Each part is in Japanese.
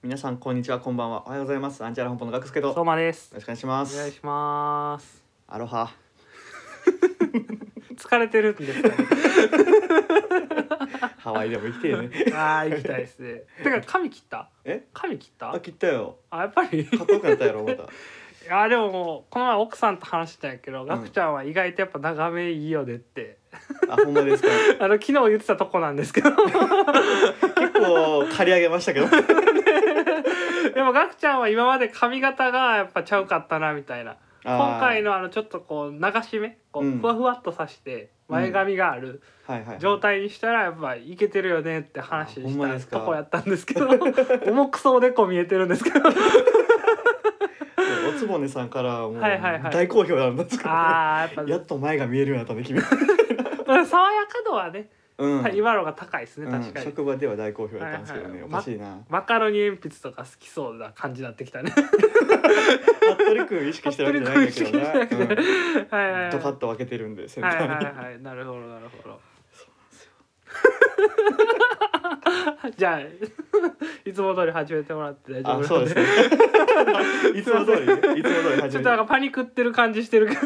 皆さんこんにちは、こんばんは、おはようございます。アンチャラ本舗の学助と相馬です。 よろしくお願いしまお願いす。 します。 アロハ。 疲れてるんですかね。 ハワイでも行きてえね。 ああ、行きたいですね。てか髪切った？ え？ 髪切った？ あ、切ったよ。 やっぱり。 かっこよくなったやろまた。 いやでももうこの前奥さんと話したんやけど、ガクちゃんは意外とやっぱ長めいいよねって。 あ、ほんまですか。 昨日言ってたとこなんですけど。 結構刈り上げましたけど。 でもガクちゃんは今まで髪型がやっぱちゃうかったなみたいな。今回のちょっとこう流し目、こうふわふわっとさして前髪がある状態にしたらやっぱいけてるよねって話したとこやったんですけど、重くそうでこう見えてるんですけど。 おつぼねさんからもうはいはいはい大好評なんですけど、 やっぱやっと前が見えるようになったね君。 爽やか度はね、 うん、 今のが高いですね、確かに。 職場では大好評だったんですけどね、 はいはい、 おかしいな。 マカロニ鉛筆とか好きそうな感じになってきたね。 服部君意識してるわけじゃないんだけどな。 はいはいはい、 ドカッと分けてるんでセンタはいーに。 はいはい、なるほどなるほど。じゃあいつも通り始めてもらって大丈夫なんで。 そうですね。いつも通りね、いつも通り始めて。 ちょっとなんかパニックってる感じしてるけど。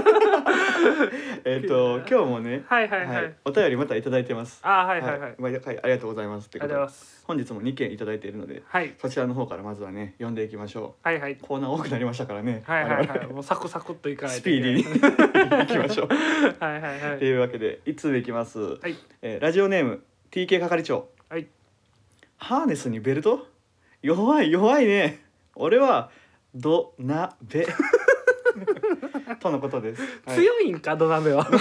今日もね、 はいはいはい、 お便りまたいただいてます。 はいはいはい、 ありがとうございますってことで、本日も2件いただいているので、そちらの方からまずはね読んでいきましょう。はいはい。コーナー多くなりましたからね。 はいはいはい。もうサクサクっといかないとスピーディーにいきましょう。 はいはいはい。 というわけで1通目いきます。 はい。 ラジオネーム TK 係長。はい。ハーネスにベルト？弱いね。俺は土鍋。とのことです。 強いんか土鍋は。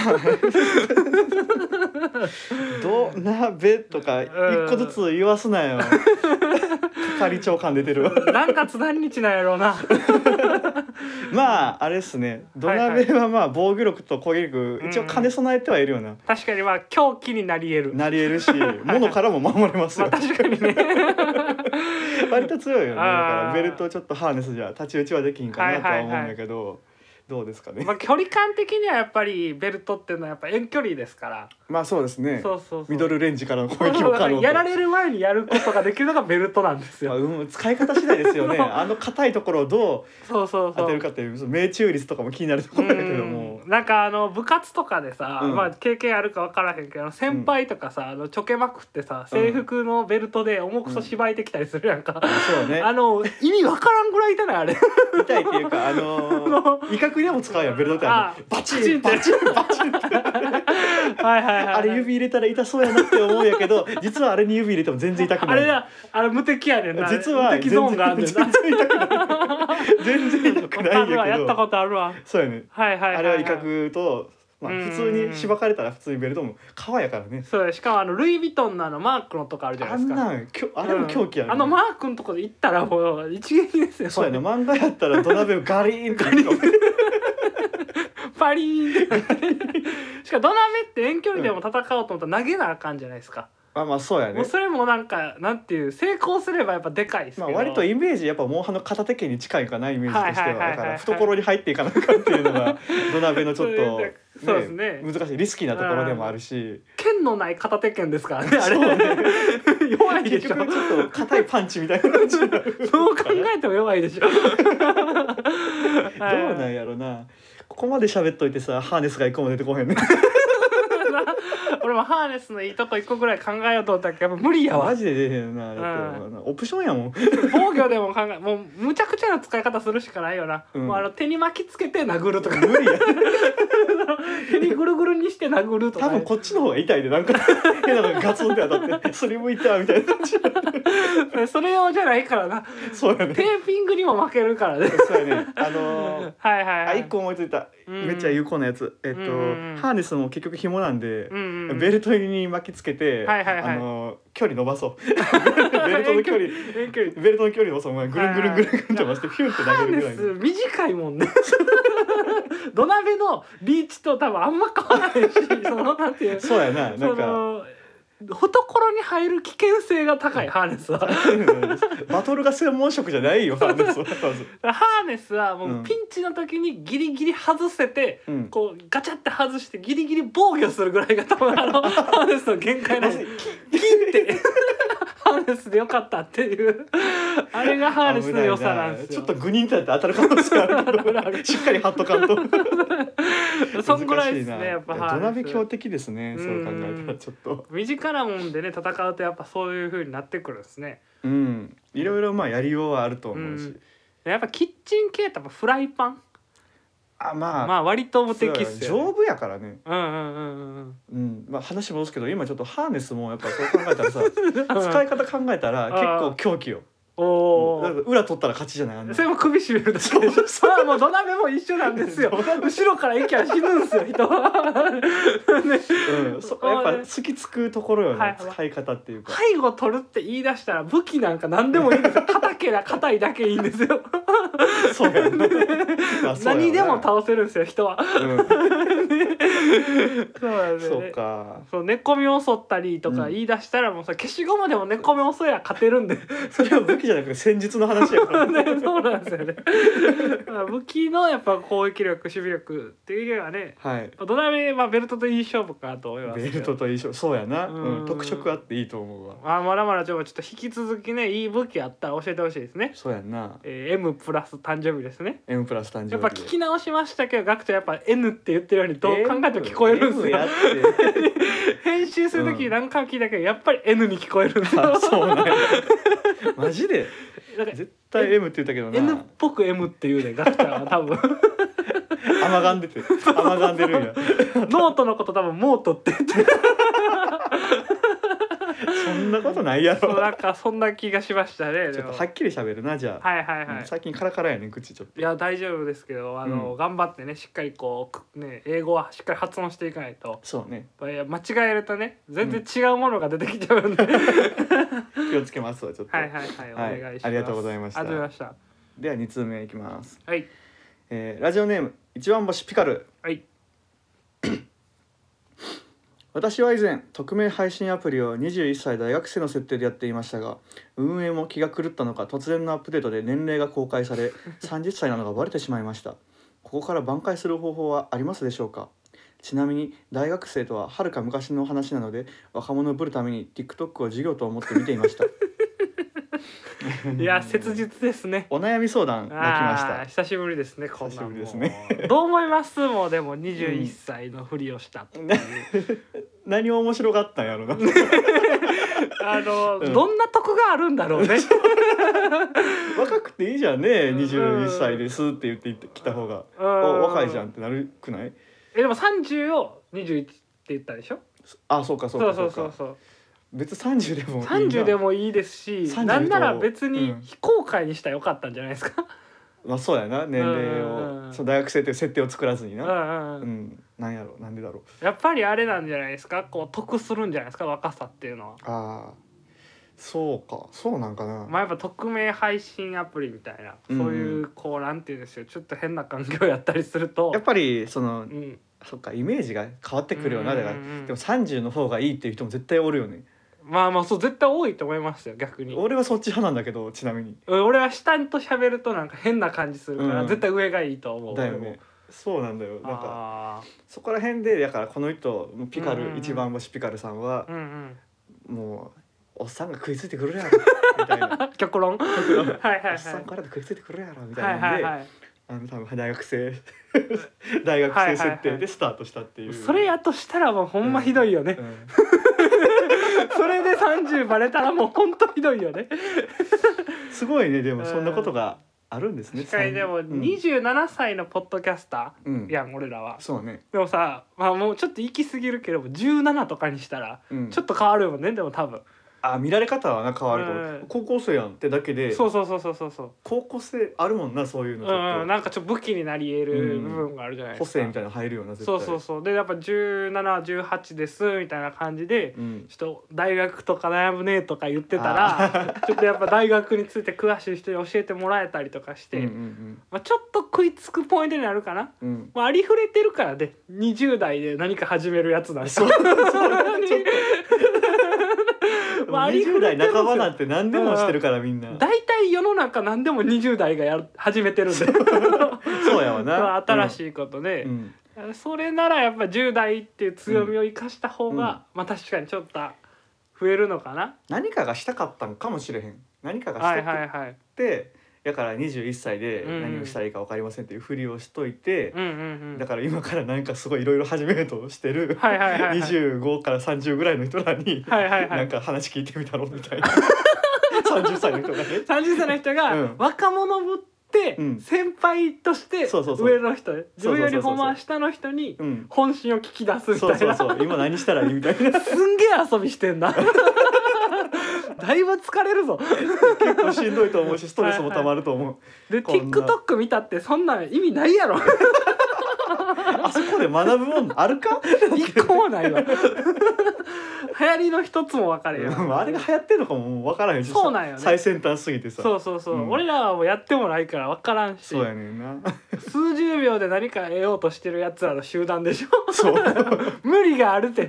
土鍋とか一個ずつ言わすなよ。係長感出てるわ。 何月何日なんやろうな。 まああれですね。土鍋はまあ防御力と攻撃力一応兼ね備えてはいるような。 確かにまあ凶器になり得るし、物からも守れますよ。 確かにね。 割と強いよね。だからベルトちょっとハーネスじゃ太刀打ちはできんかなとは思うんだけど。どうですかね。 まあ距離感的にはやっぱりベルトっていうのはやっぱ遠距離ですから。 まあそうですね。 そうミドルレンジからの攻撃も可能。 やられる前にやることができるのがベルトなんですよ。 使い方次第ですよね。硬いところをどう当てるかっていう命中率とかも気になるところだけども。 なんか部活とかでさ、まあ経験あるか分からへんけど先輩とかさちょけまくってさ制服のベルトで重くそしばいてきたりするやんか。 そうね。 意味分からんぐらい痛ないあれ。 痛いっていうか威嚇でも使うやんベルトってバチンバチンバチンって。あれ指入れたら痛そうやなって思うんやけど、実はあれに指入れても全然痛くない。 あれ無敵やねんな。 実は無敵ゾーンがあるねんな。 全然痛くないんやけど。 やったことあるわ。 そうやね。あれは威嚇と普通にしばかれたら普通にベルトも革やからね。 そうしかもルイ・ヴィトンのマークのとこあるじゃないですか。 あれも狂気やね。 マークのとこで行ったらもう一撃ですよ。 そうやね。漫画やったら土鍋をガリーンってパリーンって。しかも土鍋って遠距離でも戦おうと思ったら投げなあかんじゃないですか。 まあそうやね。 もうそれもなんていう成功すればやっぱでかいですけど。 割とイメージやっぱモンハンの片手剣に近いかなイメージとしては。だから懐に入っていかなかっていうのが土鍋のちょっとそうですね、難しいリスキーなところでもあるし。 剣のない片手剣ですからねあれ。弱いでしょ。 ちょっと硬いパンチみたいな感じ。そう考えても弱いでしょ。どうなんやろな。ここまで喋っといてさ、ハーネスが一個も出てこへんね。 俺もハーネスのいいとこ一個ぐらい考えようと思ったけどやっぱ無理やわ。 マジで出へんな。オプションやもん。 防御でももうむちゃくちゃな使い方するしかないよな。もう手に巻きつけて殴るとか無理や。手にぐるぐるにして殴るとか。 多分こっちの方が痛いでなんか変なのがガツンって当たってそれ向いたみたいな。 それ用じゃないからな。 そうやね。 テーピングにも負けるからね。 そうやね。一個思いついた。めっちゃ有効なやつ。ハーネスも結局紐なんで。ベルトに巻きつけて距離伸ばそう。ベルトの距離伸ばそう。ぐるんぐるんぐるんぐるんって回してフュンって投げるぐらい。 ハーネス短いもんね。土鍋のリーチと多分あんま変わらないし、なんていう。 そうやな。なんか懐に入る危険性が高いハーネスは。 バトルが専門職じゃないよハーネスは。 ハーネスはもうピンチの時にギリギリ外せて、こうガチャって外してギリギリ防御するぐらいが多分ハーネスの限界なんです。キンってハーネネスでよかったっていうあれがハーネスの良さなんですよ。 ちょっとグニンとやって当たる可能性あるけどしっかり貼っとかんとそんぐらいですねやっぱハーネス。 土鍋強敵ですね、そう考えたらちょっと身近なもんでね戦うとやっぱそういう風になってくるんですね。 いろいろまあやりようはあると思うし、 やっぱキッチン系ってやっぱフライパンまあ割と無敵っすよ、 ね、丈夫やからね。まあ話戻すけど今ちょっとハーネスもやっぱそう考えたらさ使い方考えたら結構狂気よ。裏取ったら勝ちじゃない。 それも首絞めるだけでしょ。もう土鍋も一緒なんですよ。後ろから息は死ぬんですよ人は。 そこやっぱ突きつくところよね、使い方っていうか。 背後取るって言い出したら武器なんか何でもいいんですよ。硬いだけいいんですよ。 そうやね。 何でも倒せるんですよ人は。 そうか。 そう寝込みを襲ったりとか言い出したらもうさ消しゴムでも寝込みを襲えば勝てるんで。 それは武器じゃなくて戦術の話やからね。そうなんですよね。武器のやっぱ攻撃力守備力っていうのはね、土鍋ベルトといい勝負かと思います。 ベルトといい勝負、そうやな、特色あっていいと思うわ。 まだまだちょっと引き続きねいい武器あったら教えてほしいですね。 そうやんな。 M プラス誕生日ですね。 M プラス誕生日やっぱ聞き直しましたけどガクちゃんやっぱ N って言ってるようにどう考えても聞こえるんですよ。編集する時何回も聞いたけどやっぱり N に聞こえるんですよ。 そうなんやマジで絶対 M って言ったけどな。 N っぽく M って言うねガクちゃんは多分甘がんでるんや。 ノートのこと多分モートって言ってそんなことないやろ。 なんかそんな気がしましたね。 ちょっとはっきり喋るなじゃあ。最近カラカラやねん口ちょっと。 いや大丈夫ですけど頑張ってねしっかりこうね英語はしっかり発音していかないと。 そうね。 間違えるとね全然違うものが出てきちゃうんで気をつけますわちょっと。 お願いします。 ありがとうございました。 ありがとうございました。 では2通目いきます。 はい。 ラジオネーム一番星ピカル。 はい。 私は以前匿名配信アプリを21歳大学生の設定でやっていましたが運営も気が狂ったのか突然のアップデートで年齢が公開され30歳なのがバレてしまいました。ここから挽回する方法はありますでしょうか。ちなみに大学生とははるか昔の話なので若者をぶるために TikTok を授業と思って見ていました。 いや切実ですね。 お悩み相談が来ました。 久しぶりですね。こんな久しぶりですね。 どう思いますもうでも21歳のふりをしたっていう、 何を面白かったんやろな。 どんな得があるんだろうね。 若くていいじゃんね。21歳ですって言ってきた方が若いじゃんってなるくない？ でも30を21って言ったでしょ。 あ、そうか。 そう別に30でもいいな。 30でもいいですしなんなら別に非公開にしたらよかったんじゃないですか。 まあそうやな。年齢をその大学生という設定を作らずにな。なんやろなんでだろう。やっぱりあれなんじゃないですか。こう得するんじゃないですか若さっていうのは。 ああそうかそうなんかな。 やっぱ匿名配信アプリみたいな、そういうこうなんていうんですよちょっと変な環境やったりするとやっぱりそっかイメージが変わってくるよな。だからでも30の方がいいっていう人も絶対おるよね。 そう絶対多いと思いますよ逆に。 俺はそっち派なんだけどちなみに。 俺は下と喋るとなんか変な感じするから絶対上がいいと思う。 だよね。そうなんだよ。なんかそこら辺でだからこの人ピカル一番星ピカルさんはもうおっさんが食いついてくるやろみたいな極論おっさんからで食いついてくるやろみたいなんで多分大学生設定でスタートしたっていう。 それやとしたらもうほんまひどいよね。それで30バレたらもうほんとひどいよね。 すごいね。でもそんなことがあるんですね。 確かにでも27歳のポッドキャスターやん俺らは。 そうね。 でもさもうちょっと行き過ぎるけど17とかにしたらちょっと変わるよね。でも多分見られ方は変わると思う。高校生やんってだけでそう高校生あるもんなそういうのちょっとなんかちょっと武器になり得る部分があるじゃないですか。 個性みたいなの入るような絶対。 そうでやっぱ1718ですみたいな感じでちょっと大学とか悩むねとか言ってたらちょっとやっぱ大学について詳しい人に教えてもらえたりとかしてちょっと食いつくポイントになるかな。ありふれてるからで20代で何か始めるやつなんですよ。 20代半ばなんて何でもしてるからみんな。 大体世の中何でも20代が始めてるんでそうやわな。 新しいことで、それならやっぱ10代っていう強みを生かした方が確かにちょっと増えるのかな。 何かがしたかったんかもしれへん。何かがしたくって、 はいはいはい、 だから21歳で何をしたらいいか分かりませんっていうふりをしといて、だから今からなんかすごいいろいろ始めようとしてる25から30ぐらいの人らになんか話聞いてみたろみたいな30歳の人がね 30歳の人が若者ぶって先輩として上の人、自分よりほんま下の人に本心を聞き出すみたいな、 そう今何したらいいみたいなすんげえ遊びしてんなだいぶ疲れるぞ結構しんどいと思うしストレスもたまると思う、 で TikTok 見たってそんなん意味ないやろあそこで学ぶもんあるか一個もないわ流行りの一つも分かれへんあれが流行ってるのかも分からへんし、 そうなんよね、 最先端すぎてさ、 そう、俺らはもうやってもないから分からんし、 そうやねんな数十秒で何か得ようとしてるやつらの集団でしょそう無理があるって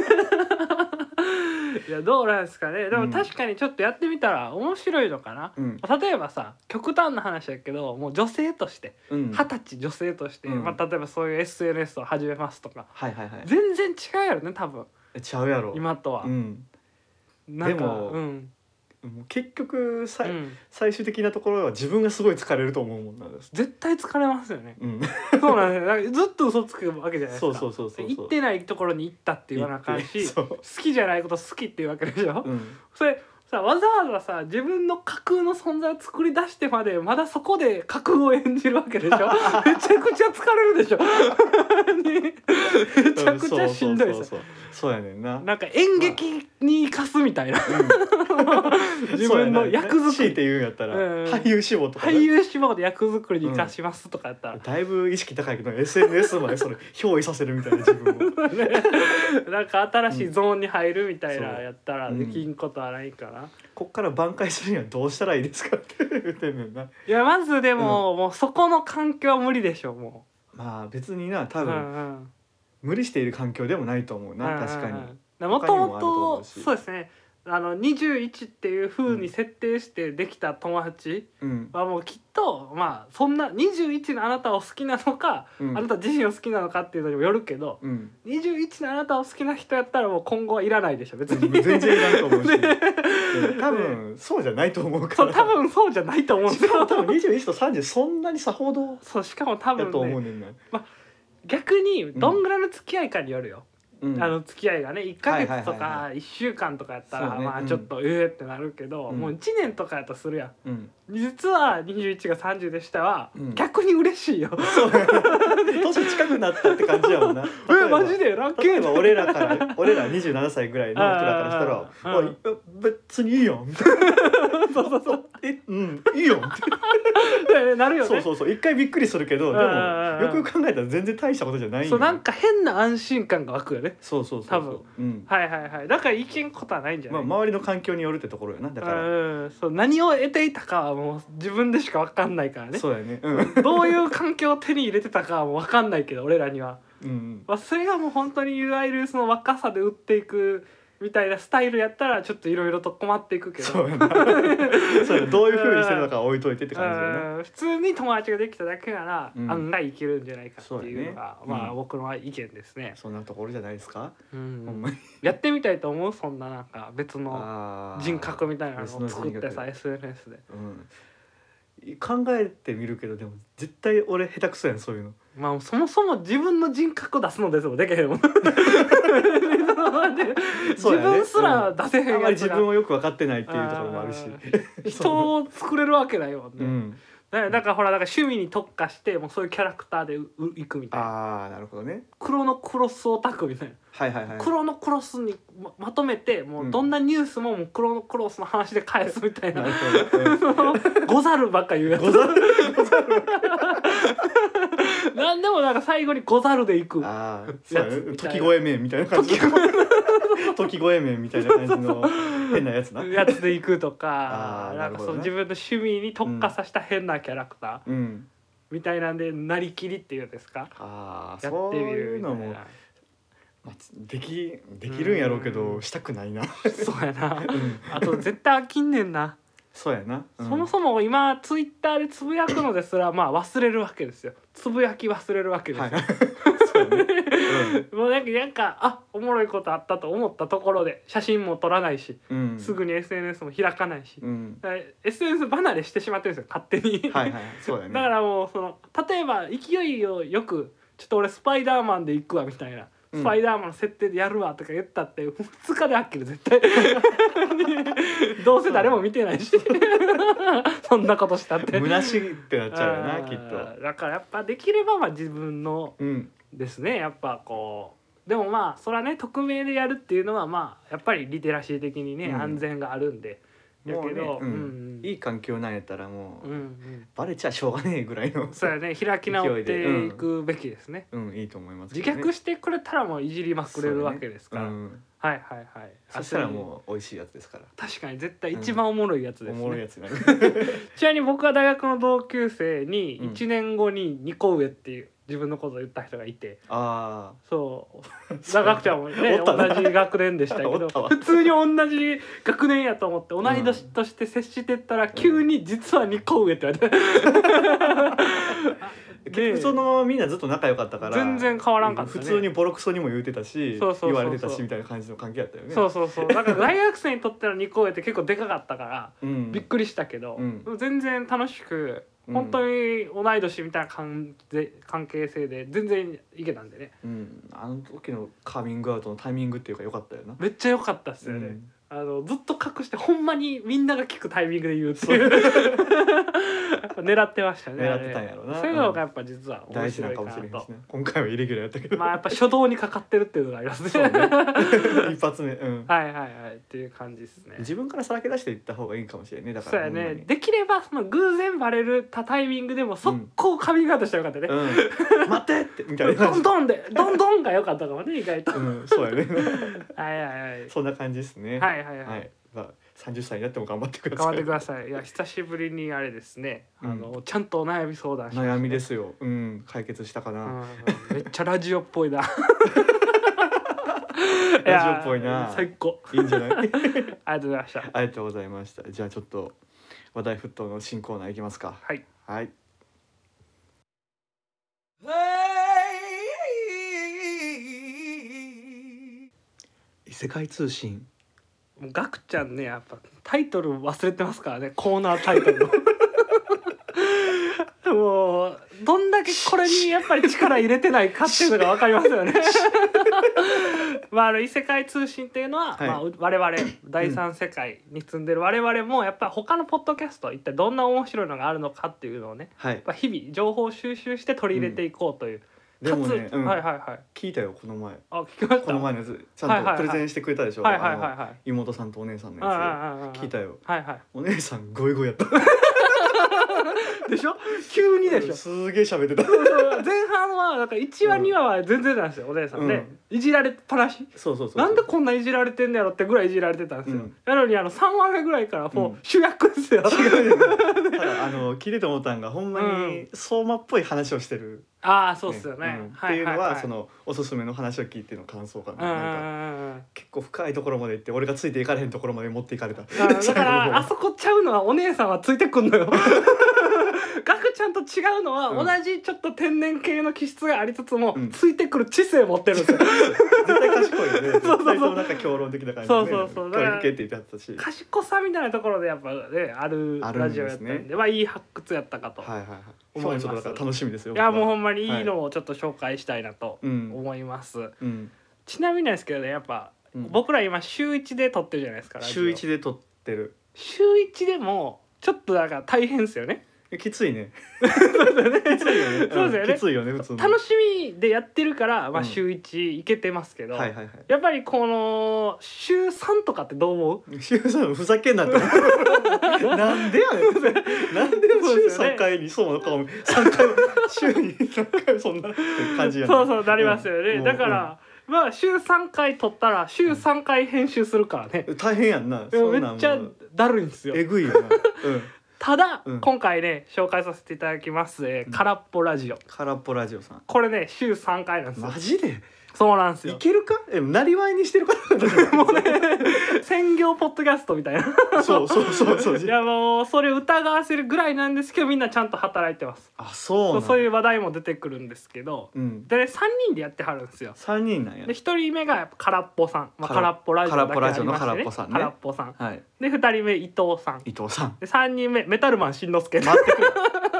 いやどうなんですかね。でも確かにちょっとやってみたら面白いのかな、例えばさ極端な話だけどもう女性として20歳女性として、例えばそういう SNS を始めますとか、全然違うやろね多分。 ちゃうやろ今とは、 なんかでも、もう結局最終的なところは自分がすごい疲れると思うもんな。 絶対疲れますよね、そうなんですよ。ずっと嘘つくわけじゃないですか。 そう行ってないところに行ったって言わなあかんし、好きじゃないこと好きっていうわけでしょ、それさわざわざさ自分の架空の存在を作り出してまでまだそこで架空を演じるわけでしょめちゃくちゃ疲れるでしょめちゃくちゃしんどいです。 そうやねんな。 なんか演劇に生かすみたいな、自分の役作りって言うんやったら、俳優志望とか、 俳優志望で役作りに生かしますとかやったら、 だいぶ意識高いけど SNS までそれ憑依させるみたいな自分をなんか新しいゾーンに入るみたいなやったらできんことはないかな。 こっから挽回するにはどうしたらいいですかって言ってんねんな。いやまずでも、もうそこの環境は無理でしょもう。まあ別にな多分、無理している環境でもないと思うな、確かに。 もともとそうですね、21っていう風に設定してできた友達はもうきっとまあそんな21のあなたを好きなのか、あなた自身を好きなのかっていうのにもよるけど、21のあなたを好きな人やったらもう今後はいらないでしょ別に。 全然いらんと思うし多分そうじゃないと思うから。 多分そうじゃないと思うんですよ。 多分21と30そんなにさほどそうしかも多分ね、 と思うねんな。 逆にどんぐらいの付き合いかによるよ、付き合いがね1ヶ月とか1週間とかやったらまあちょっとってなるけど、もう1年とかやったらするやん、実は21が30でしたは、逆に嬉しいよ。 年近くなったって感じやもんな。 マジでラッキー。 例えば俺ら27歳ぐらいの人らからしたら「別にいいよ」みたいな「いいよ」ってなるよね。 そう一回びっくりするけど、でもよく考えたら全然大したことじゃないんよ。 なんか変な安心感が湧くよね。 多分。はい。だからいけんことはないんじゃない。 周りの環境によるってところよな。だから何を得ていたかはもう自分でしか分かんないからね。 そうやね。 どういう環境を手に入れてたかはもう分かんないけど俺らには。それがもう本当にいわゆるその若さで売っていくみたいなスタイルやったらちょっといろいろと困っていくけど、 そうやなどういう風にしてるのかは置いといてって感じだよね。 普通に友達ができただけなら、案外いけるんじゃないかっていうのが、まあ僕の意見ですね。 そんなところじゃないですか。ほんまにやってみたいと思う。そんななんか別の人格みたいなのを作ってさ SNS で、 考えてみるけどでも絶対俺下手くそやんそういうの。 まあそもそも自分の人格を出すのですもんでけへんもん。自分すら出せへんやつが、 あまり自分をよく分かってないっていうところもあるし、 人を作れるわけないもんね。だからほら趣味に特化してもうそういうキャラクターでいくみたいな。 なるほどね。 クロノクロスオタクみたいな。クロノクロスに まとめてもうどんなニュースもクロノクロスの話で返すみたいな。ござるばっか言うやつ。なんでもなんか最後にござるでいく。 時越麺みたいな感じ。時越麺みたいな感じの変なやつな。 やつでいくとか、なんかその自分の趣味に特化させた変なキャラクターみたいなんでなりきりっていうんですか。やってみるみたいな。 できるんやろうけどしたくないな。 そうやな。あと絶対飽きんねんな。 そうやな。 そもそも今ツイッターでつぶやくのですらまあ忘れるわけですよ。つぶやき忘れるわけですよ。 そうね、 もうなんかおもろいことあったと思ったところで写真も撮らないし、すぐに SNS も開かないし、SNS 離れしてしまってるんですよ勝手に。 はいはい、そうだね。 だからもう例えば勢いをよくちょっと俺スパイダーマンで行くわみたいな、スパイダーマンの設定でやるわとか言ったって2日で飽きる絶対。どうせ誰も見てないしそんなことしたって虚しいってなっちゃうよなきっと。 だからやっぱできれば自分のですね、やっぱこうでもそれはね匿名でやるっていうのはやっぱりリテラシー的にね、安全があるんで。やけど、 いい環境なんやったらもう、バレちゃしょうがねえぐらいのそうやね、開き直っていくべきですね。 いいと思います。 自虐してくれたらもういじりまくれるわけですから。はいはいはい。 そしたらもう美味しいやつですから。 確かに絶対一番おもろいやつですね。 おもろいやつ。 ちなみに僕は大学の同級生に1年後に2個上っていう自分のことを言った人がいて、そうガクちゃんもね同じ学年でしたけど普通に同じ学年やと思って同い年として接してったら急に実は2個上って言われて、 結局みんなずっと仲良かったから全然変わらんかったね。 普通にボロクソにも言うてたし言われてたしみたいな感じの関係だったよね。 そうだから大学生にとっての2個上って結構でかかったからびっくりしたけど、全然楽しく本当に同い年みたいな関係性で全然いけたんでね、 あの時のカミングアウトのタイミングっていうか良かったよな。 めっちゃ良かったっすよね、ずっと隠してほんまにみんなが聞くタイミングで言うっていう狙ってましたね。 狙ってたんやろな。 そういうのがやっぱ実は大事なかもしれないですね。今回はイレギュラーやったけどやっぱ初動にかかってるっていうのがありますね。 一発目。 はいっていう感じですね。 自分からさらけ出していった方がいいかもしれないね。だからそうやね。できれば偶然バレるタイミングでも速攻カミングアウトしたらよかったね。 待ってってみたいな。 ドンドンでドンドンが良かったかもね意外と。 そうやね。 はい。 そんな感じですね。 はい。 30歳になっても頑張ってください。 頑張ってください。いや久しぶりにあれですね。ちゃんとお悩み相談しましたね。 悩みですよ。解決したかな。 めっちゃラジオっぽいな。 ラジオっぽいな。 最高。 いいんじゃない？ありがとうございました。 ありがとうございました。じゃあちょっと話題沸騰の新コーナーいきますか。 はい。 異世界通信。 ガクちゃんねやっぱタイトル忘れてますからね、コーナータイトルもうどんだけこれにやっぱり力入れてないかっていうのが分かりますよね。異世界通信っていうのは、我々第三世界に住んでる我々もやっぱ他のポッドキャスト一体どんな面白いのがあるのかっていうのをね、日々情報収集して取り入れていこうという。 でもね、聞いたよこの前。 聞きました。 この前のやつちゃんとプレゼンしてくれたでしょ。妹さんとお姉さんのやつ聞いたよ。お姉さんゴイゴイやった。 でしょ？急にでしょ？ すげえ喋ってた。 前半はなんか1話2話は全然なんですよお姉さんね。いじられっぱなし。なんでこんないじられてんのやろってぐらいいじられてたんですよ。なのに3話目ぐらいからもう主役ですよ。ただ聞いてて思ったんがほんまに相馬っぽい話をしてる。 そうっすよね。 っていうのはそのおすすめの話を聞いての感想かな。なんか結構深いところまで行って俺がついていかれへんところまで持っていかれた。 だからあそこちゃうのはお姉さんはついてくんのよ。ガクちゃんと違うのは同じちょっと天然系の気質がありつつもついてくる知性を持ってるんですよ。 絶対賢いよね。絶対そうなんか評論的な感じでね。教育系って言ってはったし。 賢さみたいなところでやっぱねあるラジオやったんでいい発掘やったかと思います。 楽しみですよ。 いやもうほんまにいいのをちょっと紹介したいなと思います。ちなみになんですけどねやっぱ僕ら今週1で撮ってるじゃないですか。 週1で撮ってる。 週1でもちょっとなんか大変ですよね。 きついね。 そうですよね。 きついよね普通。 楽しみでやってるから週1いけてますけど、やっぱりこの週3とかってどう思う？ 週3ふざけんなって。なんでやねん。なんで週3回にそうの顔3回週に3回そんなって感じやね。 そうなりますよね。だから週3回撮ったら週3回編集するからね。 大変やんな。 めっちゃだるいんですよ。 えぐいよな。 ただ、今回ね紹介させていただきます、空っぽラジオ。 空っぽラジオさん。 これね週3回なんですよ。 マジで？ そうなんですよ。 いけるか？なりわいにしてるからもうね専業ポッドキャストみたいなそういやもうそれ疑わせるぐらいなんですけど、みんなちゃんと働いてます。そういう話題も出てくるんですけど、で3人でやってはるんですよ。 3人なんや。 で1人目がやっぱ空っぽさん、空っぽラジオだけありましてね、空っぽさん、 はい、 で2人目伊藤さんで 3人目メタルマンしんのすけ。 待ってくれ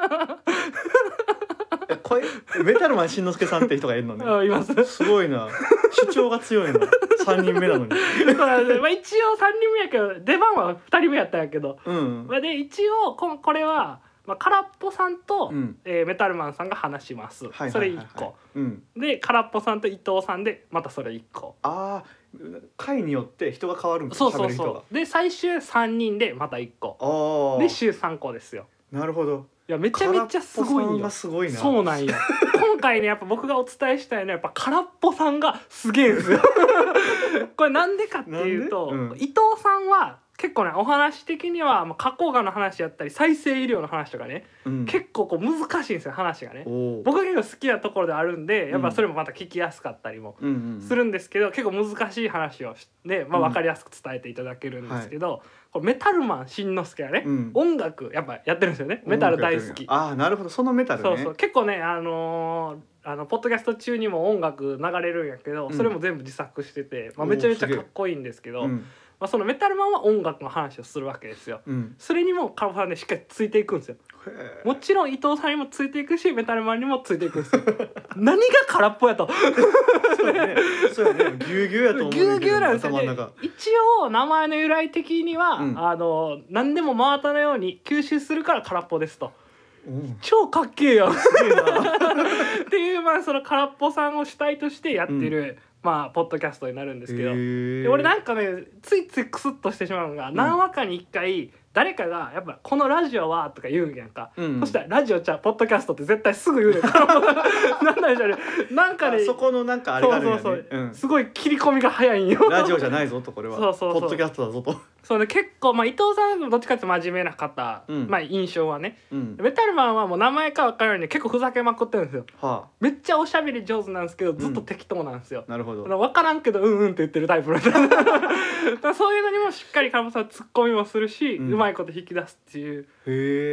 メタルマンしんのすけさんって人がいるのね。 います。 すごいな。主張が強いな。3人目なのに。 まあ一応3人目やけど出番は2人目やったんやけど、で一応これは空っぽさんと、メタルマンさんが話します。それ1個。で空っぽさんと伊藤さんでまたそれ1個。 ああ、回によって人が変わるんか。 そうで最終3人でまた1個。で週3個ですよ。 なるほど。 いやめちゃめちゃすごいよ。そうなんや。今回ねやっぱ僕がお伝えしたいのはやっぱ空っぽさんがすげえんですよ。これなんでかっていうと、伊藤さんは結構ねお話的には花崗岩の話やったり再生医療の話とかね、結構こう難しいんですよ話がね。僕が結構好きなところであるんでやっぱそれもまた聞きやすかったりもするんですけど、結構難しい話をで、分かりやすく伝えていただけるんですけど、これメタルマンしんのすけはね、音楽やっぱやってるんですよね。メタル大好き。 ああなるほど、そのメタルね。 そう結構ねポッドキャスト中にも音楽流れるんやけど、それも全部自作してて、めちゃめちゃかっこいいんですけど、そのメタルマンは音楽の話をするわけですよ。それにもカロさんでしっかりついていくんですよ。もちろん伊藤さんにもついていくしメタルマンにもついていくんですよ。何が空っぽやと。 そうねぎゅうぎゅうやと思うけど、ぎゅうぎゅうなんですよね。 一応名前の由来的には、何でも真綿のように吸収するから空っぽですと。超かっけえやんっていうその空っぽさんを主体としてやってる、ポッドキャストになるんですけど、で俺なんかねついついクスッとしてしまうのが、何話かに1回誰かがやっぱこのラジオはとか言うんやんか、そしたらラジオちゃうポッドキャストって絶対すぐ言うねんなんでしょうね、なんかねそこのなんかあれがあるんやね。 そうすごい切り込みが早いんよ。 ラジオじゃないぞと、これはポッドキャストだぞと。 そうね、結構伊藤さんどっちかっていうと真面目な方、印象はね、メタルマンはもう名前か分からないんで結構ふざけまくってるんですよ。めっちゃおしゃべり上手なんですけどずっと適当なんですよ。 なるほど。 分からんけどうんって言ってるタイプなんでそういうのにもしっかりカラポさんツッコミもするし、うまいこと引き出すっていう、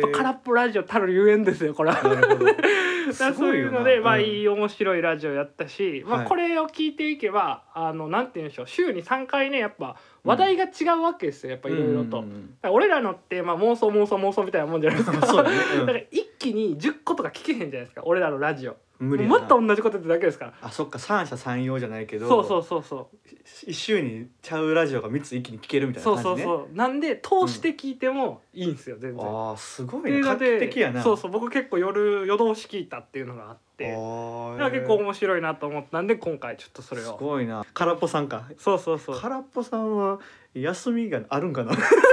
空っぽラジオたるゆえんですよこれは。そういうのでいい面白いラジオやったし、これを聞いていけばなんて言うんでしょう、週に3回ねやっぱ話題が違うわけですよ、やっぱいろいろと。俺らのって妄想みたいなもんじゃないですか。だから一気に10個とか聞けへんじゃないですか俺らのラジオ。もっと同じこと言ってるだけですから。 あ、そっか、三者三様じゃないけど、 そう一週にちゃうラジオが3つ一気に聞けるみたいな感じね。 そうなんで通して聞いてもいいんですよ、全然。 ああすごいね、画期的やな。 僕結構夜通し聞いたっていうのがあって、結構面白いなと思ったんで今回ちょっとそれを。すごいな。空っぽさんか。 そう空っぽさんは休みがあるんかな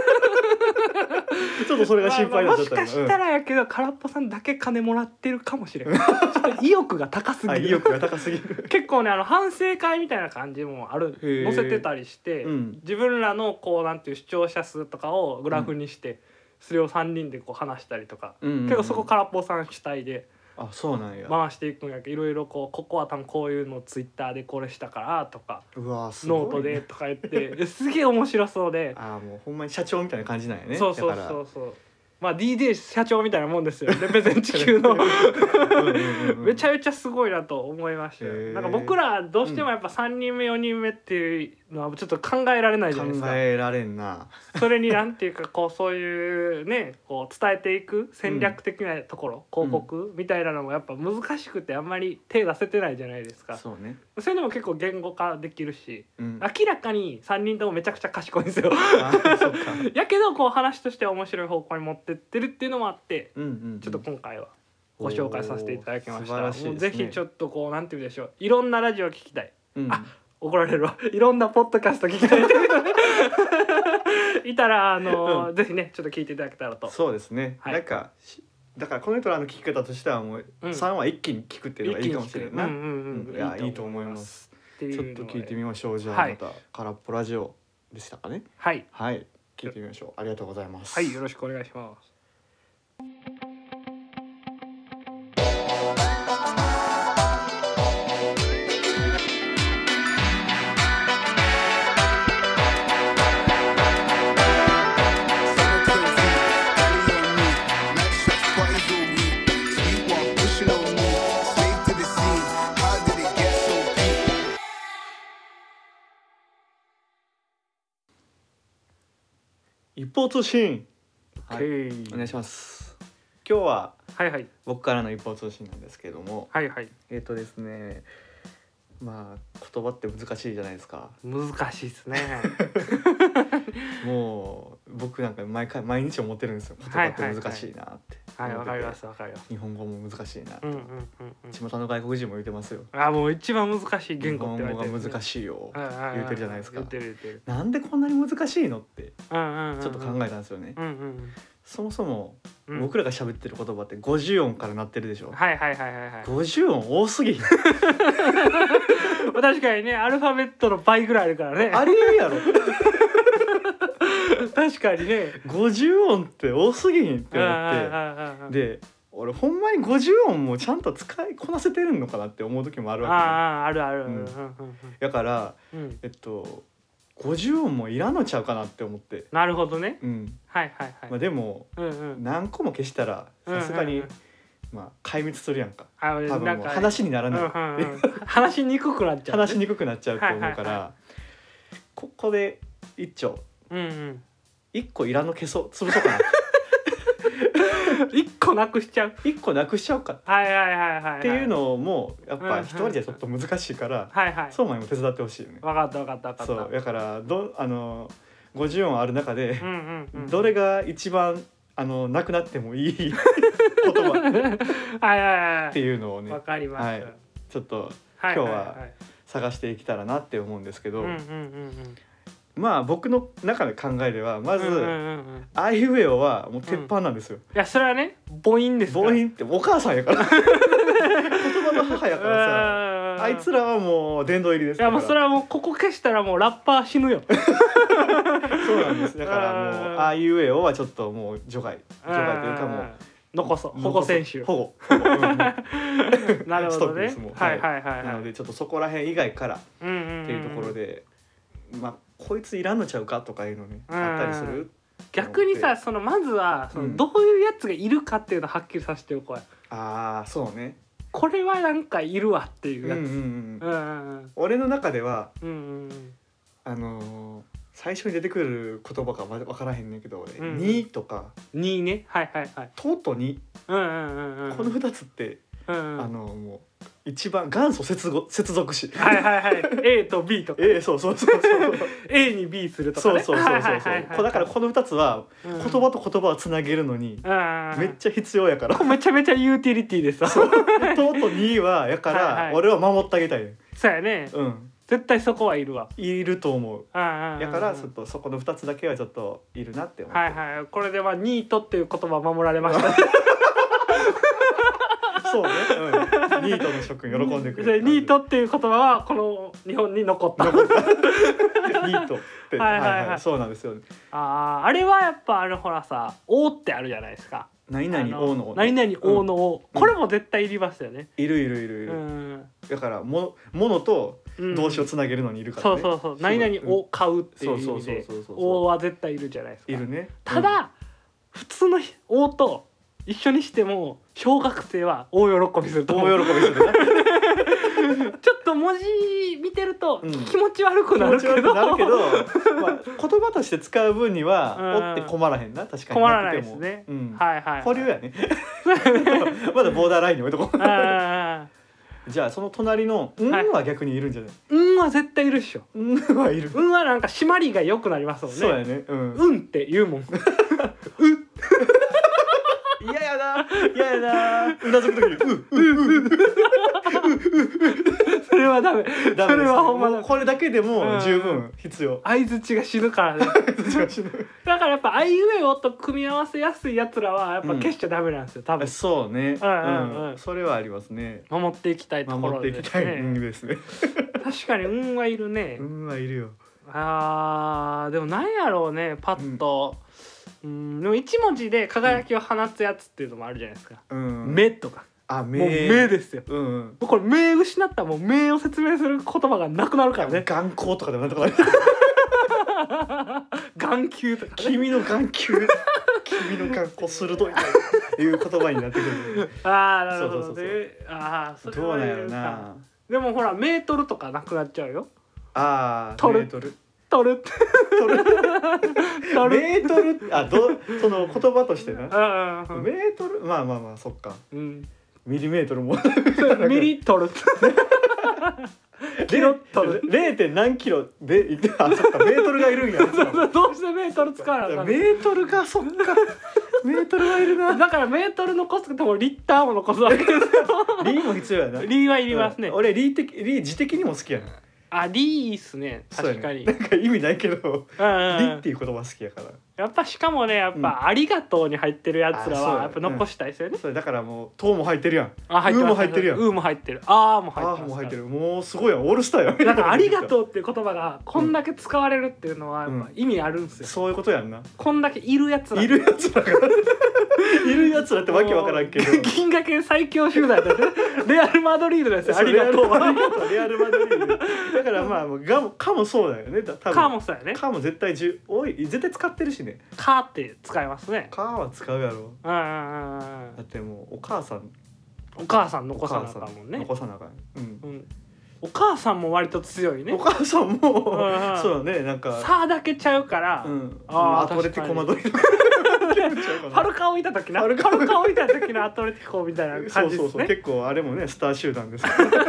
ちょっとそれが心配になっちゃった。 もしかしたらやけど空っぽさんだけ金もらってるかもしれない。ちょっと意欲が高すぎる。 意欲が高すぎる。 結構ね反省会みたいな感じも載せてたりして、自分らのこうなんていう視聴者数とかをグラフにして、それを3人でこう話したりとか、結構そこ空っぽさん主体で。 そうなんや。 回していくんやけど、いろいろここは多分こういうのツイッターでこれしたからとか、ノートでとか言ってすげえ面白そうで。 もうほんまに社長みたいな感じなんやね。 そうDJ 社長みたいなもんですよ。レペゼン地球のめちゃめちゃすごいなと思いましたよ。なんか僕らどうしてもやっぱ3人目4人目っていうのはちょっと考えられないじゃないですか。 考えられんな。 それになんていうかこうそういうねこう伝えていく戦略的なところ、広告みたいなのもやっぱ難しくてあんまり手出せてないじゃないですか。 そうね。 それでも結構言語化できるし、明らかに3人ともめちゃくちゃ賢いんですよ。やけどこう話としては面白い方向に持ってってるっていうのもあって、ちょっと今回はご紹介させていただきました。もうぜひちょっとこうなんて言うでしょう、いろんなラジオ聞きたい、怒られるわ、いろんなポッドキャスト聞きたいっていたらぜひねちょっと聞いていただけたらと。 そうですね、なんかだからこの人らの聞き方としてはもう3話一気に聞くっていうのがいいかもしれないな。いいと思います。ちょっと聞いてみましょう。じゃあまた空っぽラジオでしたかね。はい、聞いてみましょう。ありがとうございます。 よろしくお願いします。 方通信、 はい、 お願いします。今日ははいはい僕からの一方通信なんですけれども、 はいはいですね、まあ言葉って難しいじゃないですか。 難しいですねもう僕なんか毎日思ってるんですよ。言葉って難しいなって。 はいわかりますわかります。 日本語も難しいなって。 うんうんうんうん。 地元の外国人も言ってますよ。 あ、もう一番難しい言語って言われてる、ね。 日本語が難しいよ。言ってるじゃないですか。 言ってる。 なんでこんなに難しいのって、 うんうんうん、 ちょっと考えたんですよね。 うんうん。 そもそも僕らが喋ってる言葉って50音からなってるでしょ。 はいはい。 50音多すぎ。 確かにね、アルファベットの倍ぐらいあるからね。 ありえんやろ。 確かにね。 50音って多すぎんって思って。で、俺ほんまに50音もちゃんと使いこなせてるのかなって思う時もあるわけ、ね。 ある。 だから、50音もいらんのちゃうかなって思って。 なるほどね。はい。 まあでも、何個も消したらさすがにまあ壊滅するやんか。多分もう話にならない。 話しにくくなっちゃう。 話しにくくなっちゃうと思うから、ここで一丁。一個いらんの消そう、潰そうかな。 一個なくしちゃう。 一個なくしちゃうか。 はい。 っていうのもやっぱ一人じゃちょっと難しいから、そうまにも手伝ってほしいよね。 分かった。 そうだから50音ある中でどれが一番なくなってもいい言葉っていうのをね、 分かりました。 ちょっと今日は探していけたらなって思うんですけど。まあ僕の中の考えではまずあいうえおはもう鉄板なんですよ。 いやそれはね母音ですから。 母音ってお母さんやから言葉の母やからさ、あいつらはもう殿堂入りですから。 いやもうそれはもうここ消したらもうラッパー死ぬよ。 そうなんです。だからもうあいうえおはちょっともう除外というかもう残そう、保護選手。 保護。 なるほどね。はい。 なのでちょっとそこら辺以外からっていうところで、まあこいついらんのちゃうかとかいうのねあったりする。 逆にさ、まずはどういうやつがいるかっていうのをはっきりさせておこうや。 ああそうね。 これはなんかいるわっていうやつ。 俺の中では最初に出てくる言葉が分からへんねんけど、俺にとかにね、はい。 ととに、この2つってもう一番元祖接続詞。 はい。A と B とか。 そう。 A に B するとかね。そう。 だからこの2つは言葉と言葉をつなげるのにめっちゃ必要やから。 めちゃめちゃユーティリティです。 ととにはやから俺は守ってあげたい。 そうやね。絶対そこはいるわ。 いると思う。やからちょっとそこの2つだけはちょっといるなって思って。 はい。これではニートっていう言葉守られました。 そうね。ニートの諸君喜んでくれる。 ニートっていう言葉はこの日本に残った。ニートって。はい。そうなんですよね。 あれはやっぱほらさ、Oってあるじゃないですか。 何々 O の O。 何々 O の O。これも絶対いりますよね。 いる。だから物と動詞をつなげるのにいるからね。 そう。何々を買うっていう意味で O は絶対いるじゃないですか。 いるね。 ただ普通の O と一緒にしても小学生は大喜びすると思う。 大喜びするな。 ちょっと文字見てると気持ち悪くなるけど、 まあ、言葉として使う分にはおって困らへんな。確かに困らないですね。はい。 保留やね。まだボーダーラインに置いとこう。じゃあその隣の「ん」は逆にいるんじゃない？ 「ん」は絶対いるっしょ。 「ん」はいる。 「ん」はなんか締まりが良くなりますもんね。 そうやね。 うんって言うもん。 嫌やな。うなずくときにそれはダメ。それはほんまだ。 これだけでも十分必要。 相槌が死ぬからね。だからやっぱあいうえおと組み合わせやすいやつらはやっぱ消しちゃダメなんですよ。多分。 そうね。それはありますね。 守っていきたいところですね。 守っていきたいですね。 確かに運はいるね。 運はいるよ。 でもなんやろうね、パッと。でも一文字で輝きを放つやつっていうのもあるじゃないですか。目とか。 目。 もう目ですよ。これ目失ったらもう目を説明する言葉がなくなるからね。 眼光とかでもなんとか。 眼球とか。 君の眼球。君の眼光鋭いという言葉になってくる。 なるほどね。それどうなんやろな。 でもほらメートルとかなくなっちゃうよ。 メートル。 取る取るメートルその言葉としてなメートルまあそっか、ミリメートルもミリ取るキロ取る 0. 何キロでそっかメートルがいるんやどうしてメートル使わなあかんの。 メートルかそっかメートルはいるな。 だからメートル残すともリッターも残すわけですよリーも必要やな。 リーはいりますね。 俺リー自的にも好きやな。 あ、リーいいっすね。確かに。 なんか意味ないけど、リっていう言葉好きやから。 やっぱしかもね、やっぱありがとうに入ってるやつらはやっぱ残したいですよね。 それだからもうとも入ってるやん。 入ってる。 も入ってるやん。 も入ってる。も入ってる。 も入ってる。もうすごいやん。オールスターやん。 なんかありがとうっていう言葉がこんだけ使われるっていうのはやっぱ意味あるんですよ。 そういうことやんな。 こんだけいるやつら。 いるやつらが。いるやつらってわけわからんけど。 銀河系最強集団ですね。レアルマドリードですよ。ありがとう。 レアルマドリード。だからまあかもそうだよね。 かもそうやね。 かも絶対絶対使ってるしね。 かって使いますね。 かは使うやろ。だってもうお母さん残さなあかんもんね。 残さなあかん。 お母さんも割と強いね。 お母さんもそうだね、なんかさあだけちゃうから。 アトレティコマドリード。 ファルカ置いた時な。ファルカ置いた時のアトレティコみたいな感じですね。 結構あれもねスター集団です。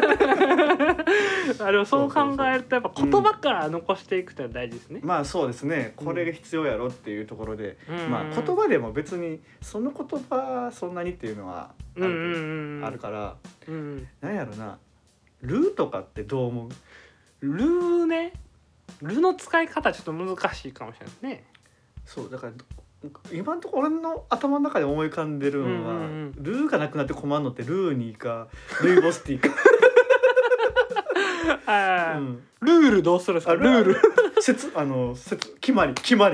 でもそう考えるとやっぱ言葉から残していくってのは大事ですね。 まあそうですね。これが必要やろっていうところで、まあ言葉でも別にその言葉そんなにっていうのはあるから、なんやろな。ルーとかってどう思う？ ルーね。ルの使い方ちょっと難しいかもしれないね。 そうだから今のところ俺の頭の中で思い浮かんでるのは、ルーがなくなって困るのってルーニーかルイボスティーか。 ルールどうするんですか？ルール決まりを決め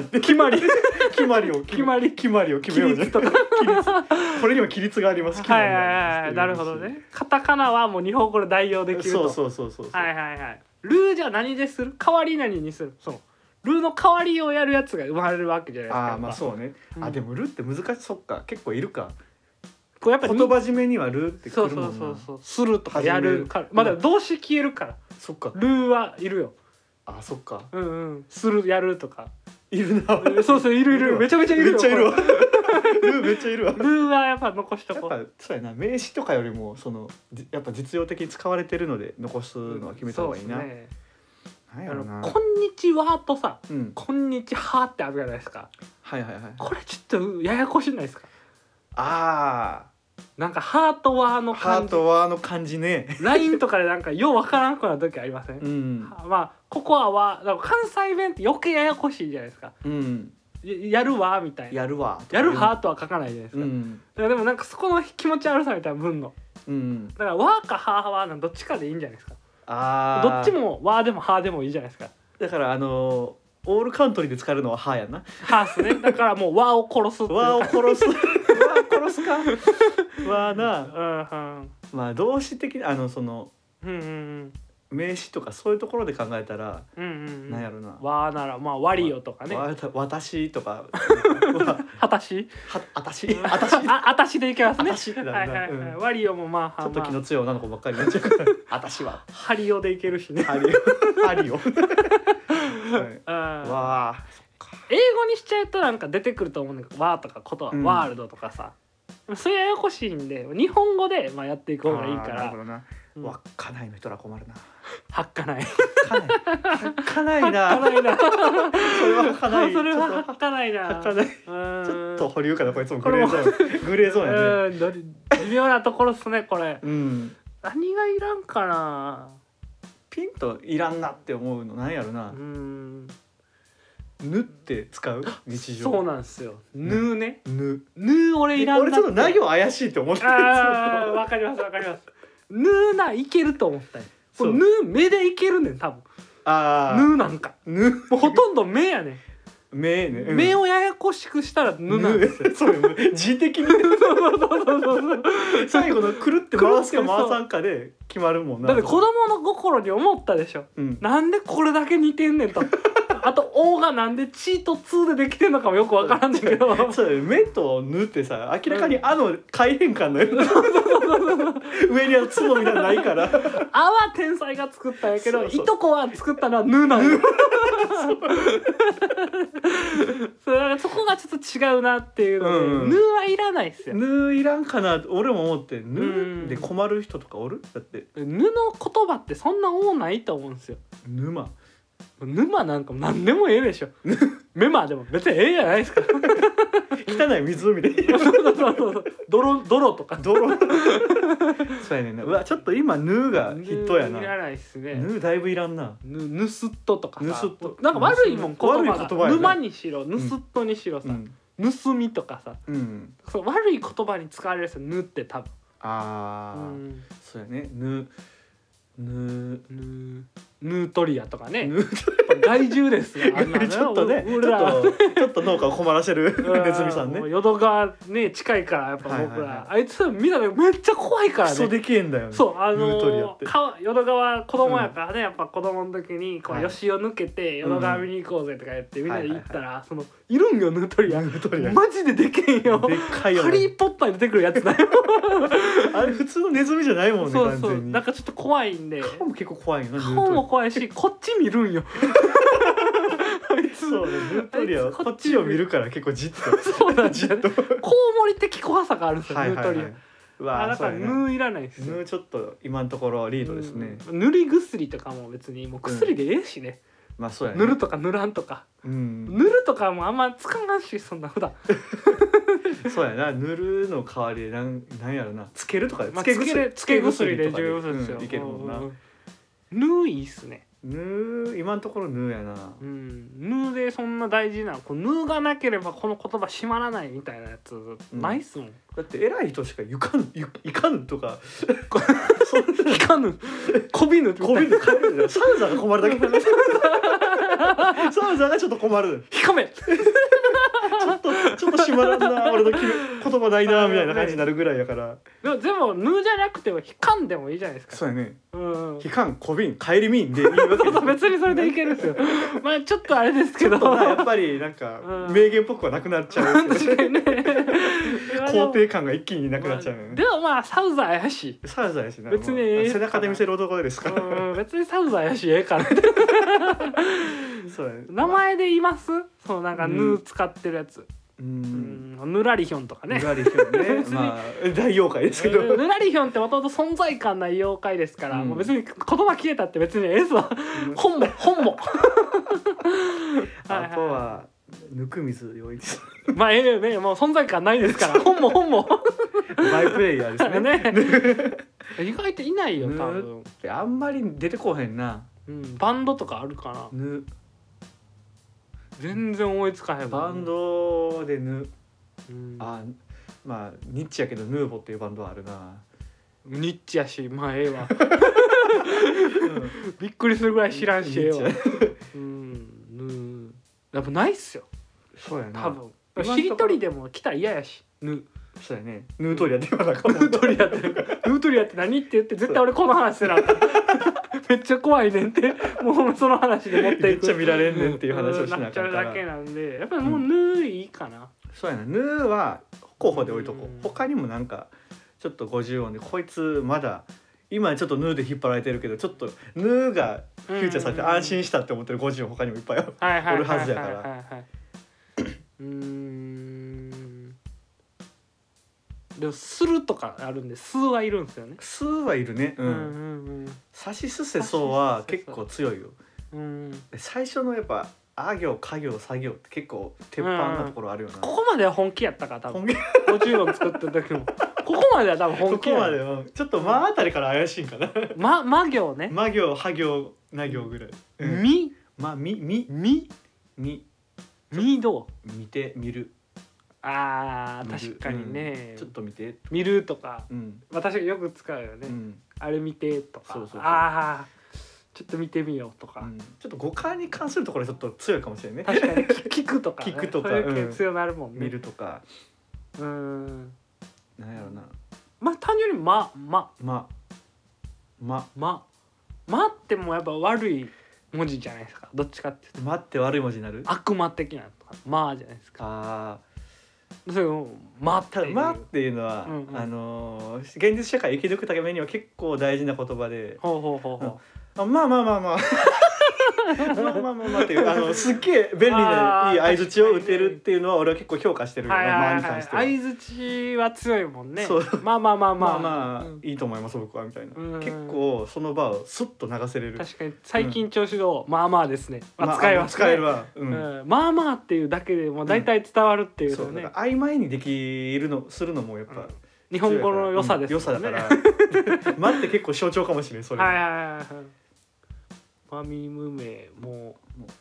ようじゃん。これには規律があります。 なるほどね。カタカナはもう日本語で代用できると。 そう。 ルーじゃ何でする？代わり何にする？そう。ルーの代わりをやるやつが生まれるわけじゃないですか。 まあそうね。でもルーって難しい。そっか結構いるか。 こうやっぱ言葉締めにはルーってくるもんな。 そうするとかやるから。まだ動詞消えるから。 そっか。 ルーはいるよ。 そっか。 するやるとか。 いるな。 そういるめちゃめちゃいるよ。 めっちゃいるわ。ルーめっちゃいるわ。 ルーはやっぱ残しとこう。 やっぱそうやな。名詞とかよりもやっぱ実用的に使われてるので残すのは決めた方がいいな。なんやろな。 こんにちはとさ、こんにちはってあるじゃないですか。これちょっとややこしないですか？なんかハートワーの感じね。LINE とかでなんかようわからんくなる時ありません？まあここは関西弁って余計ややこしいじゃないですか。やるわみたいな。やるはとは書かないじゃないですか。だからでもなんかそこの気持ち悪さみたいな文の。だからわかははのどっちかでいいんじゃないですか。どっちもわでもはでもいいじゃないですか。 だからオールカントリーで使えるのははやな。 はっすね。だからもうわを殺すっていう。 わを殺す。わ殺すか。わな。まあ動詞的な名詞とかそういうところで考えたら、なんやろな。 わならまあワリオとかね。 私とか。 あたしでいけますね。ワリオもまあちょっと気の強い女の子ばっかりになっちゃうから。あたしは。 ハリオでいけるしね。 ハリオ。わあ。 英語にしちゃうとなんか出てくると思うんだけど、わとかことはワールドとかさ。それややこしいんで日本語でやっていく方がいいから。 稚内の人ら困るな。 稚内。 稚内な。それは稚内な。 ちょっと保留かなこいつもグレーゾーンやね。 微妙なところっすねこれ。何がいらんかな。 ピンといらんなって思うのなんやろな。ぬって使う日常。 そうなんですよ。ぬね。ぬ俺いらんな。 俺ちょっと内容怪しいって思ってる。 わかります。ぬないけると思ったよ。ぬ目でいけるねん多分。ぬなんか。もうほとんど目やねん。目ね。目をややこしくしたらぬなんですよ。 そう字的に。最後のくるって回すか回さんかで決まるもんな。 だって子供の心に思ったでしょ。なんでこれだけ似てんねんと。 あと「お」がなんで「ち」と「つ」でできてんのかもよくわからんねんけどそう「目」と「ぬ」ってさ明らかに「あ」の改変換のやつ上に「つ」のみたいなのないから 「あ」は天才が作ったんやけどいとこは作ったのは「ぬ」なんよそこがちょっと違うなっていうので「ぬ」はいらないっすよ。 ぬいらんかな俺も思ってぬで困る人とかおるだってぬの言葉ってそんな多ないと思うんですよ。 沼沼なんか何でもええでしょメマでも別にええじゃないですか汚い湖で泥とか泥そうやねんな。うわちょっと今ヌーがヒットやな。 いらないっすね。 ヌーだいぶいらんな。 ヌスットとかさ、 ヌスットなんか悪いもん言葉が悪い言葉やな沼にしろヌスットにしろさ、盗みとかさ、そう悪い言葉に使われるんですよ。ヌって多分ああ、そうやね。ヌートリアとかね。害獣ですよ。あんなねちょっとね、ちょっと農家を困らせるネズミさんね。 淀川ね近いからやっぱ僕らあいつ見たらめっちゃ怖いからね。 クソでけえんだよね。 そう淀川子供やからね、やっぱ子供の時にこう吉を抜けて淀川見に行こうぜとか言ってみんなで行ったらそのいるんよヌートリア。マジででけんよ。 でっかいよ。 ハリーポッターに出てくるやつだよ。 あれ普通のネズミじゃないもんね。 そうそう。なんかちょっと怖いんで。 顔も結構怖いよな。 顔も怖いしこっち見るんよ。あいつそうね、ヌートリアはこっちを見るから結構じっとそうなんじっとコウモリ的怖さがあるんですよ、ヌートリア。 うわだからヌーいらないですよ。 ヌーちょっと今のところリードですね。 塗り薬とかも別にもう薬でええしね。 まあそうやね。 塗るとか塗らんとか、塗るとかもあんま使わんしそんな普段。 そうやな、塗るの代わりでなんやろな、つけるとかで、 つけ薬で十分ですよ。 いけるもんな。 ヌーいいっすね。 ヌー今のところヌーやな。 ヌーでそんな大事なヌーがなければこの言葉閉まらないみたいなやつないっすもん。 だって偉い人しかいかぬとかいかぬこびぬサウザーが困るだけ。サウザーがちょっと困る。 ひかめちょっと閉まらんな、俺の言葉ないなみたいな感じになるぐらいやから。 でもヌーじゃなくてもひかんでもいいじゃないですか。 そうやね。ひかんこびん帰りみんでいいわけです。 別にそれでいけるんですよ。まあちょっとあれですけど、 やっぱりなんか名言っぽくはなくなっちゃう。 確かにね。 肯定感が一気になくなっちゃう。 でもまあサウザーやし。 サウザーやしな。 別に背中で見せる男ですか。 別にサウザーやしええから。 そうやね。 名前で言います？そうなんかヌー使ってるやつ。ヌラリヒョンとかね。 ヌラリヒョンね。まあ大妖怪ですけど。 ヌラリヒョンってもともと存在感ない妖怪ですから、もう別に言葉消えたって別にええわ。本も。 あとはぬくみず陽一さん。まあええね、もう存在感ないですから。本も。 バイプレイヤーですね。 意外といないよ多分。 あんまり出てこへんな。 バンドとかあるかな。全然思いつかへん。 バンドでまあニッチやけどヌーボっていうバンドはあるな。 ニッチやしまあええわ。びっくりするぐらい知らんしええわ。やっぱないっすよ。 そうやな。 多分しりとりでも来たら嫌やし。 そうやね。ヌートリアって言わなかった。 ヌートリアって何って言って絶対俺この話せなかった。めっちゃ怖いねんってもうその話で持っていく。 めっちゃ見られんねんっていう話をしなかったから。 なっちゃうだけなんでやっぱりもうヌーいいかな。 そうやな。ヌーは候補で置いとこう。他にもなんかちょっと50音でこいつまだ今ちょっとヌーで引っ張られてるけどちょっとヌーがフューチャーされて安心したって思ってる50音他にもいっぱいおるはずやから。 でもするとかあるんで、すはいるんですよね。 すはいるね。さしすせそうは結構強いよ。最初のやっぱあ行か行作業って結構鉄板なところあるよな。 ここまでは本気やったか多分。50音作ってる時も。ここまでは多分本気。 ここまではちょっと間あたりから怪しいんかな。 間行ね。 間行、は行、な行ぐらい。 みどう？ 見て見る。 確かにね。 ちょっと見て。 見るとか。私がよく使うよね。あれ見てとか。ちょっと見てみようとか。 ちょっと五感に関するところちょっと強いかもしれないね。 確かに聞くとか。 聞くとか。 強なるもんね。 見るとか。なんやろな。 まあ単純にまってもやっぱ悪い文字じゃないですか。どっちかっていうとまって悪い文字になる。 悪魔的なとかまあじゃないですか。 あそれをまっていうまっていうのは、現実社会生き抜くためには結構大事な言葉で、 ほうほうほうほう、まあまあまあまあまあっていうすっげえ便利ないい相槌を打てるっていうのは俺は結構評価してるよ、まあに関しては。 相槌は強いもんね。 そう、 まあまあまあまあまあいいと思います僕はみたいな。結構その場をスッと流せれる。 確かに最近調子どう、まあまあですね。使いますね。 使えるわ。 まあまあっていうだけでも大体伝わるっていうね。曖昧にできるのするのもやっぱ日本語の良さですね。 良さだから。まって結構象徴かもしれんそれ。 はいはいはい。ファミ無名も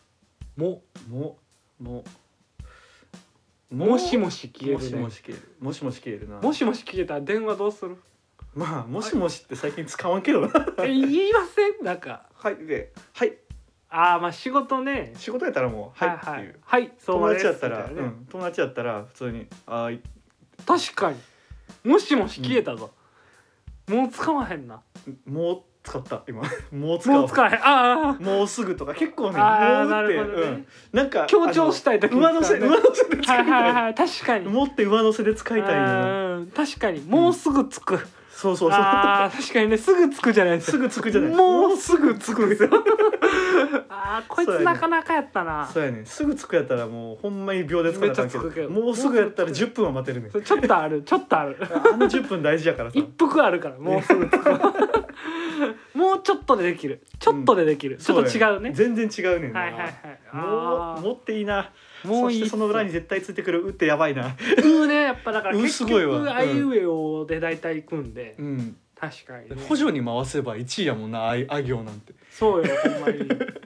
しもし消えるね。 もしもし消えるな。 もしもし消えたら電話どうする？ まあもしもしって最近使わんけどな。 言いませんなんか。 はいではい。 ああまあ仕事ね。 仕事やったらもうはいっていう。 はい友達やったら友達やったら普通にはい。 確かに。もしもし消えたぞ。もう使わへんな。 もう使った今もう使わへん。ああもうすぐとか結構ねもうってなんか強調したい時上乗せで使いたい。 確かにもって上乗せで使いたいな。 確かにもうすぐつく。 そう確かにねすぐつくじゃないですか。 すぐつくじゃない。 もうすぐつくんですよ。こいつなかなかやったな。 そうやね。すぐつくやったらもうほんまに秒でつかなかんけど、もうすぐやったら10分は待てるね。 ちょっとある 10分大事やからさ。 一服あるからもうすぐつく。もうちょっとでできる。ちょっとでできる。ちょっと違うね。 全然違うねんな。もっていいな。そしてその裏に絶対ついてくるってやばいな。 ねやっぱだから結局あいうえおで大体いくんで。確かに。 補助に回せば1位やもんなあ行なんて。 そうよほんまに。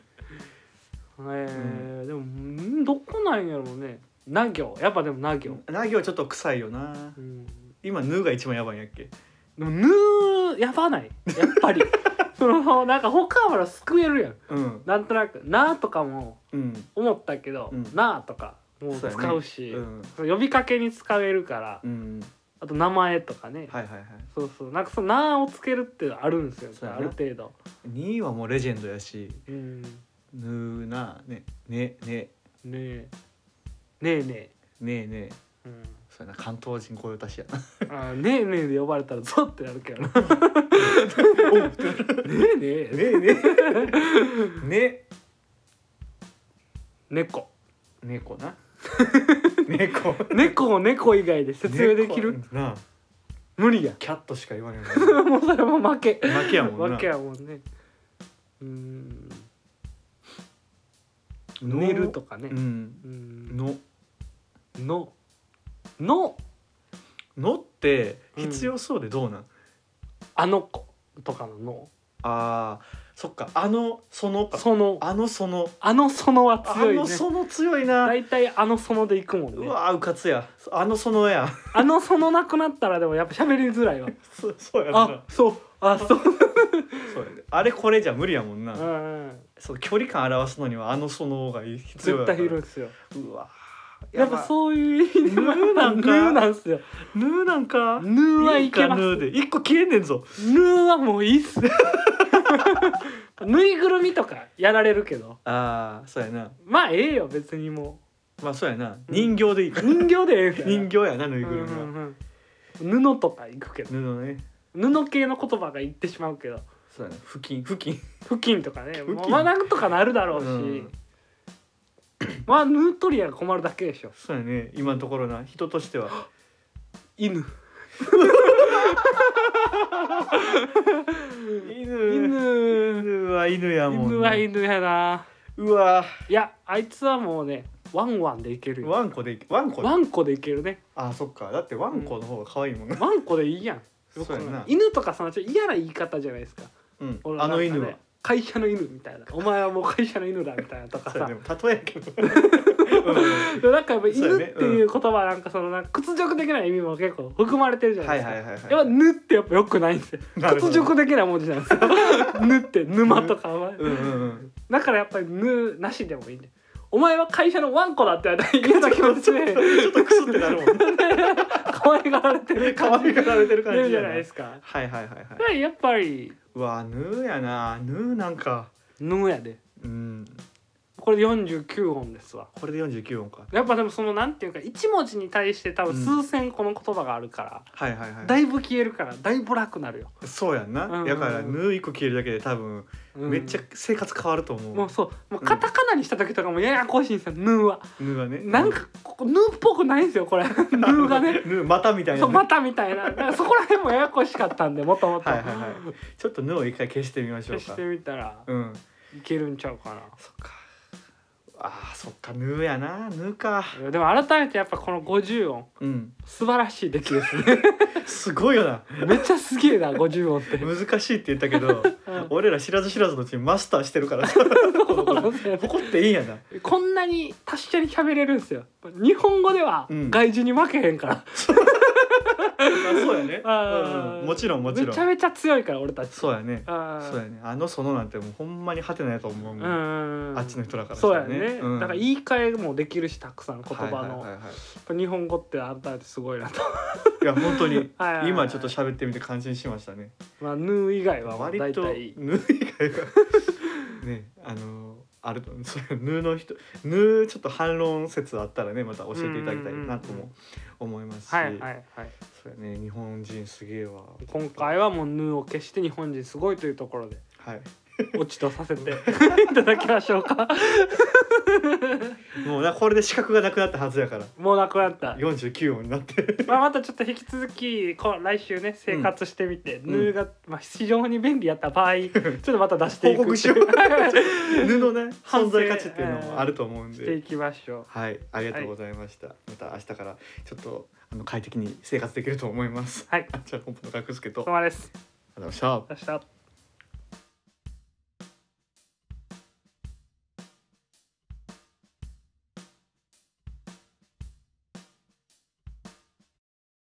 でもどこなんやろうね。な行やっぱでもな行。 な行ちょっと臭いよな。今ぬが一番やばいんやっけ。 でもぬやばないやっぱり。なんか他は救えるやん。なんとなくなとかも思ったけど、なとかもう使うし、呼びかけに使えるから。あと名前とかね。そうなんかそのなをつけるってあるんですよ。ある程度。 2はもうレジェンドやし。ぬなねえそうやな関東人御用達やな。ねえねえで呼ばれたらゾッてなるけどな。猫な。 猫以外で説明できる？無理や。 キャットしか言わない。 もうそれも負けやもんな。 負けやもんね。寝るとかね。 のって必要そうでどうなん？ あの子とかのの。 ああそっかそのは強いね。 その強いな。 だいたいそのでいくもんね。 うわうかつやそのや。 そのなくなったらでもやっぱ喋りづらいわ。 そうやな。 そうあれこれじゃ無理やもんな。そう距離感表すのにはそのが必要やから。 絶対いるんですよ。 うわやっぱそういう意味でヌーなんすよ。 ヌーはいけます。 一個消えんねんぞ。 ヌーはもういいっす。ぬいぐるみとかやられるけど。 ああそうやな。 まあええよ別にもう。まあそうやな。人形でいいから。 人形でええ。 人形やなぬいぐるみは。布とかいくけど。布系の言葉が言ってしまうけど。 そうやな。布巾とかね。まあなんとかなるだろうし。まあヌートリアが困るだけでしょ。 そうやね今のところな人としては犬は犬やもん。 犬は犬やな。 うわいやあいつはもうねワンワンでいけるよ。 ワンコでいけるね。 あそっかだってワンコの方が可愛いもんね。 ワンコでいいやん。犬とかそのちょっと嫌な言い方じゃないですか。 犬は会社の犬みたいな。お前はもう会社の犬だみたいなとかさ。 でも例えやけど。 なんかやっぱ犬っていう言葉はなんかそのなんか屈辱的な意味も結構含まれてるじゃないですか。やっぱぬってやっぱ良くないんですよ。屈辱的な文字なんですよ。ぬって沼とかは。だからやっぱりぬなしでもいいんで。お前は会社のワンコだって言われたら嫌な気持ちでちょっとクスってなるもんね。 可愛がられてる感じじじゃないですか。 はい。 やっぱりうわヌーやなヌーなんかヌーやで。 これで49音ですわ。 これで49音か。 やっぱでもそのなんていうか1文字に対して多分数千個の言葉があるから、だいぶ消えるからだいぶ楽なるよ。 そうやんな、だから「ぬ」1個消えるだけで多分めっちゃ生活変わると思う。 もうそうもうカタカナにした時とかもややこしいんですよ「ぬ」は。 ぬがねなんかここ「ぬ」っぽくないんですよこれ「ぬ」がねぬまたみたいな、 そうまたみたいな、だからそこら辺もややこしかったんでもともとちょっと「ぬ」を一回消してみましょうか。 消してみたらいけるんちゃうかな。 そっか、そっか、ぬやな、ぬか。 でも改めてやっぱこの50音、素晴らしい出来ですねすごいよな。 めっちゃすげえな50音って。 難しいって言ったけど、俺ら知らず知らずのうちにマスターしてるからさ誇っていいんやな。 こんなに達者に喋れるんですよ。日本語では外人に負けへんからそうやね、もちろんもちろんめちゃめちゃ強いから俺たち。 そうやね、そうやね。そのなんてもうほんまにハテナやと思うもん、あっちの人だから。 そうやね、だから言い換えもできるしたくさん言葉の、日本語って改めてすごいなといや本当に今ちょっと喋ってみて感心しましたね。 ぬ以外は割とぬ以外はね、あるとそれぬの人ぬちょっと反論説あったらねまた教えていただきたいなとも思いますし、そうやね、日本人すげえわ。 今回はもうぬを消して日本人すごいというところで、オチとさせていただきましょうかもうこれで資格がなくなったはずやから。 もうなくなった 49音になってまたちょっと引き続き来週ね生活してみて、ぬが非常に便利やった場合ちょっとまた出していく報告しようぬのね存在価値っていうのもあると思うんでしていきましょう。 はい、ありがとうございました。また明日からちょっと快適に生活できると思います。 はい、 じゃあ本部の学助とお疲れ様です。 ありがとうございました。